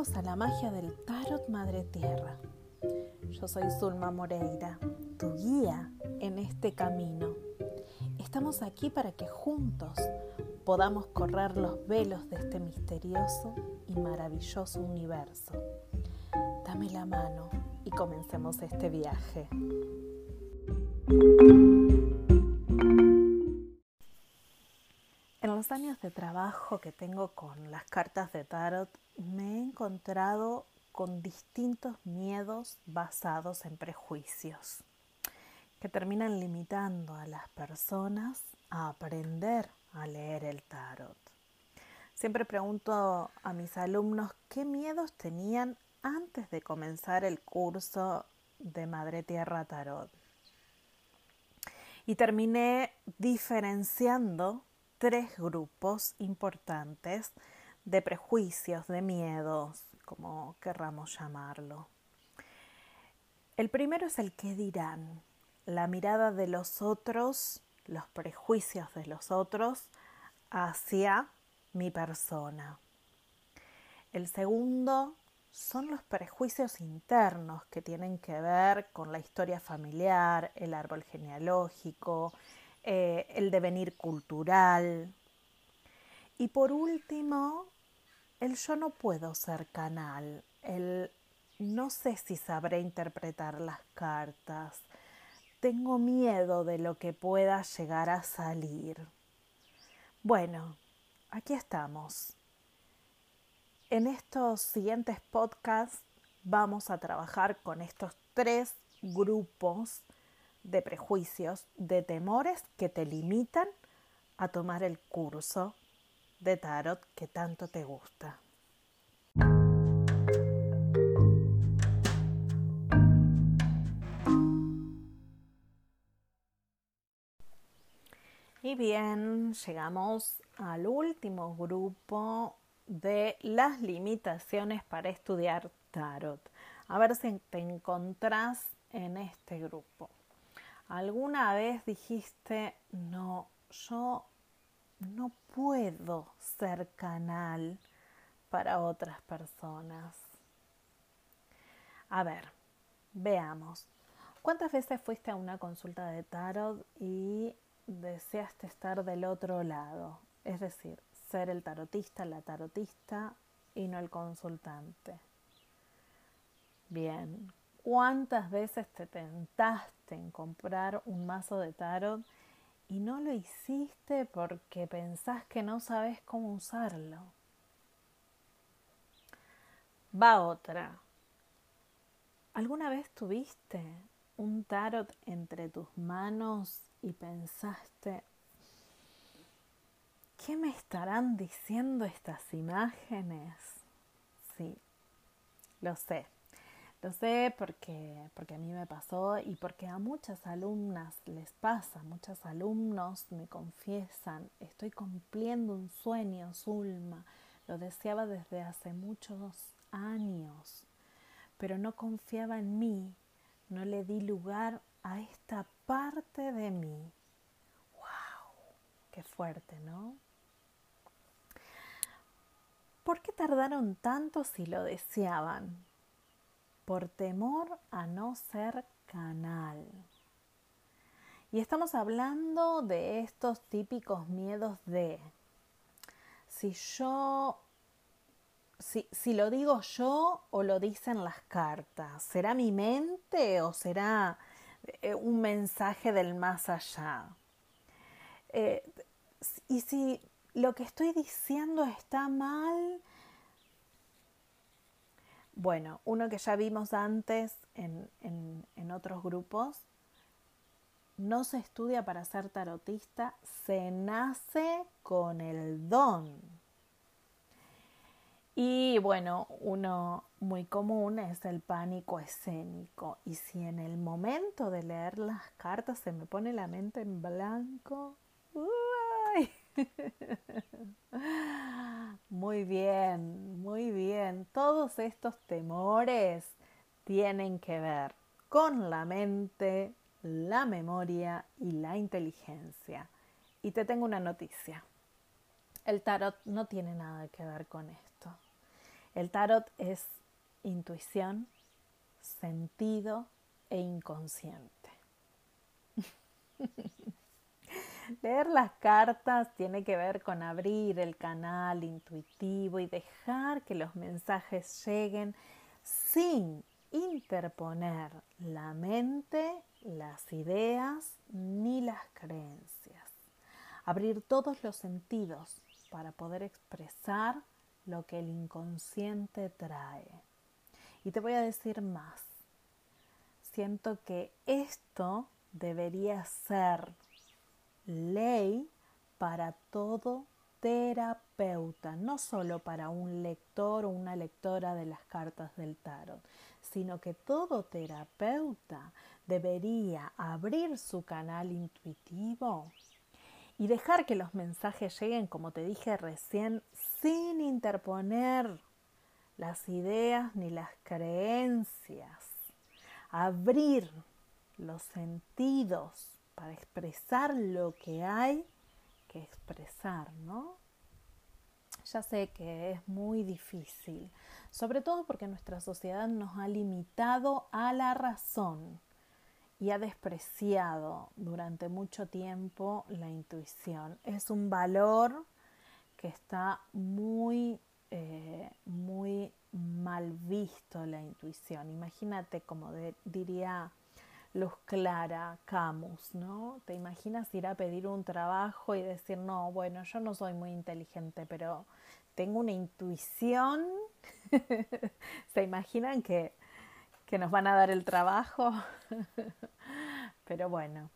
Bienvenidos a la magia del Tarot Madre Tierra. Yo soy Zulma Moreira, tu guía en este camino. Estamos aquí para que juntos podamos correr los velos de este misterioso y maravilloso universo. Dame la mano y comencemos este viaje. En los años de trabajo que tengo con las cartas de tarot, me he encontrado con distintos miedos basados en prejuicios que terminan limitando a las personas a aprender a leer el tarot. Siempre pregunto a mis alumnos qué miedos tenían antes de comenzar el curso de Madre Tierra Tarot. Y terminé diferenciando 3 grupos importantes de prejuicios, de miedos, como querramos llamarlo. El primero es el qué dirán, la mirada de los otros, los prejuicios de los otros hacia mi persona. El segundo son los prejuicios internos que tienen que ver con la historia familiar, el árbol genealógico, el devenir cultural. Y por último, el yo no puedo ser canal, el no sé si sabré interpretar las cartas, tengo miedo de lo que pueda llegar a salir. Bueno, aquí estamos. En estos siguientes podcasts vamos a trabajar con estos 3 grupos de prejuicios, de temores que te limitan a tomar el curso de tarot que tanto te gusta. Y bien, llegamos al último grupo de las limitaciones para estudiar tarot. A ver si te encontrás en este grupo. ¿Alguna vez dijiste, no, yo no puedo ser canal para otras personas? A ver, veamos. ¿Cuántas veces fuiste a una consulta de tarot y deseaste estar del otro lado? Es decir, ser el tarotista, la tarotista y no el consultante. Bien, ¿cuántas veces te tentaste en comprar un mazo de tarot y no lo hiciste porque pensás que no sabes cómo usarlo? Va otra. ¿Alguna vez tuviste un tarot entre tus manos y pensaste, ¿qué me estarán diciendo estas imágenes? Sí, lo sé. Lo sé porque a mí me pasó y porque a muchas alumnas les pasa. Muchos alumnos me confiesan, estoy cumpliendo un sueño, Zulma. Lo deseaba desde hace muchos años, pero no confiaba en mí. No le di lugar a esta parte de mí. ¡Wow! ¡Qué fuerte!, ¿no? ¿Por qué tardaron tanto si lo deseaban? Por temor a no ser canal. Y estamos hablando de estos típicos miedos de si lo digo yo o lo dicen las cartas, ¿será mi mente o será un mensaje del más allá? Y si lo que estoy diciendo está mal. Bueno, uno que ya vimos antes en otros grupos, no se estudia para ser tarotista, se nace con el don. Y bueno, uno muy común es el pánico escénico. Y si en el momento de leer las cartas se me pone la mente en blanco, ¡uy! Muy bien, muy bien. Todos estos temores tienen que ver con la mente, la memoria y la inteligencia. Y te tengo una noticia. El tarot no tiene nada que ver con esto. El tarot es intuición, sentido e inconsciente. Leer las cartas tiene que ver con abrir el canal intuitivo y dejar que los mensajes lleguen sin interponer la mente, las ideas ni las creencias. Abrir todos los sentidos para poder expresar lo que el inconsciente trae. Y te voy a decir más. Siento que esto debería ser ley para todo terapeuta, no solo para un lector o una lectora de las cartas del tarot, sino que todo terapeuta debería abrir su canal intuitivo y dejar que los mensajes lleguen, como te dije recién, sin interponer las ideas ni las creencias. Abrir los sentidos para expresar lo que hay que expresar, ¿no? Ya sé que es muy difícil, sobre todo porque nuestra sociedad nos ha limitado a la razón y ha despreciado durante mucho tiempo la intuición. Es un valor que está muy mal visto, la intuición. Imagínate, como diría Luz Clara Camus, ¿no? ¿Te imaginas ir a pedir un trabajo y decir, no, bueno, yo no soy muy inteligente, pero tengo una intuición? ¿Se imaginan que nos van a dar el trabajo? Pero bueno,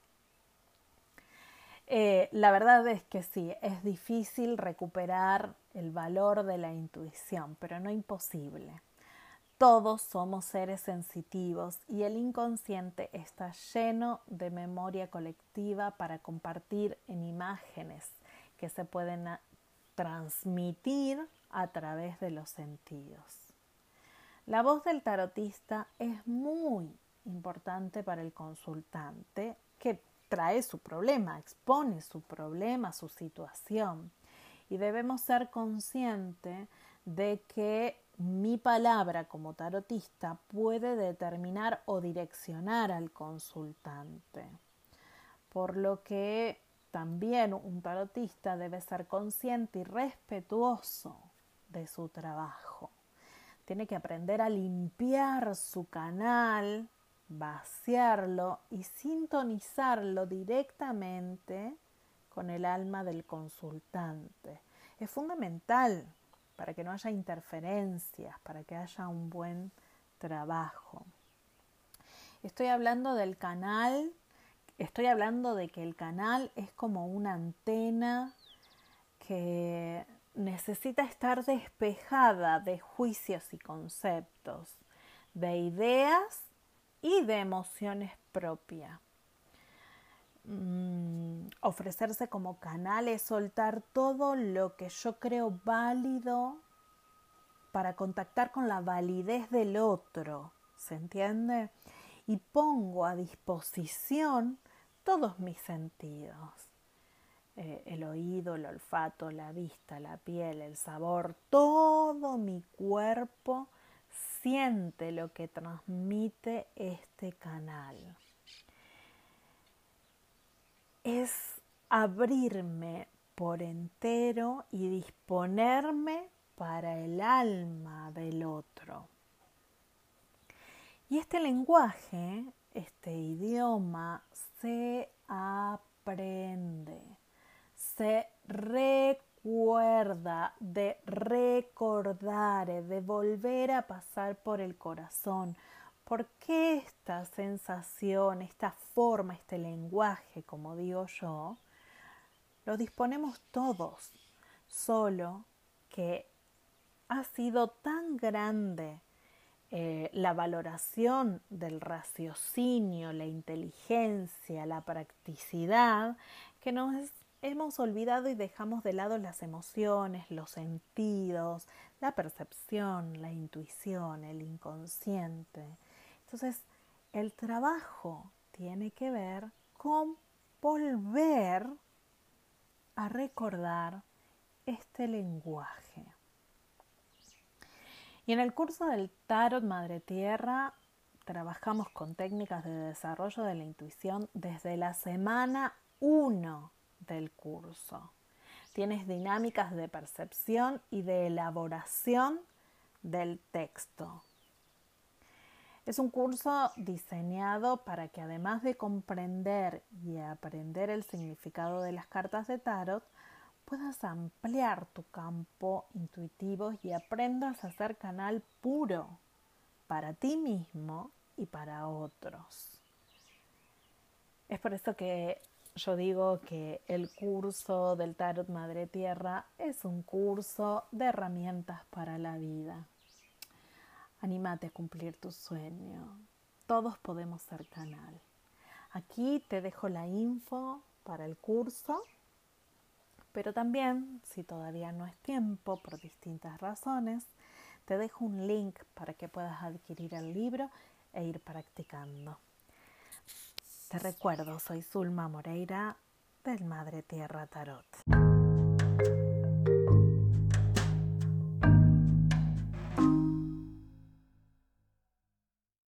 la verdad es que sí, es difícil recuperar el valor de la intuición, pero no imposible. Todos somos seres sensitivos y el inconsciente está lleno de memoria colectiva para compartir en imágenes que se pueden transmitir a través de los sentidos. La voz del tarotista es muy importante para el consultante que trae su problema, expone su problema, su situación. Y debemos ser conscientes de que mi palabra como tarotista puede determinar o direccionar al consultante. Por lo que también un tarotista debe ser consciente y respetuoso de su trabajo. Tiene que aprender a limpiar su canal, vaciarlo y sintonizarlo directamente con el alma del consultante. Es fundamental para que no haya interferencias, para que haya un buen trabajo. Estoy hablando del canal, estoy hablando de que el canal es como una antena que necesita estar despejada de juicios y conceptos, de ideas y de emociones propias. Ofrecerse como canal es soltar todo lo que yo creo válido para contactar con la validez del otro, ¿se entiende? Y pongo a disposición todos mis sentidos. El oído, el olfato, la vista, la piel, el sabor, todo mi cuerpo siente lo que transmite este canal. Es abrirme por entero y disponerme para el alma del otro. Y este lenguaje, este idioma, se aprende, se recuerda, de recordar, de volver a pasar por el corazón. ¿Por qué esta sensación, esta forma, este lenguaje, como digo yo, lo disponemos todos? Solo que ha sido tan grande la valoración del raciocinio, la inteligencia, la practicidad, que nos hemos olvidado y dejamos de lado las emociones, los sentidos, la percepción, la intuición, el inconsciente. Entonces, el trabajo tiene que ver con volver a recordar este lenguaje. Y en el curso del Tarot Madre Tierra trabajamos con técnicas de desarrollo de la intuición desde la semana 1 del curso. Tienes dinámicas de percepción y de elaboración del texto. Es un curso diseñado para que, además de comprender y aprender el significado de las cartas de tarot, puedas ampliar tu campo intuitivo y aprendas a ser canal puro para ti mismo y para otros. Es por eso que yo digo que el curso del Tarot Madre Tierra es un curso de herramientas para la vida. Anímate a cumplir tu sueño. Todos podemos ser canal. Aquí te dejo la info para el curso, pero también, si todavía no es tiempo por distintas razones, te dejo un link para que puedas adquirir el libro e ir practicando. Te recuerdo, soy Zulma Moreira del Madre Tierra Tarot.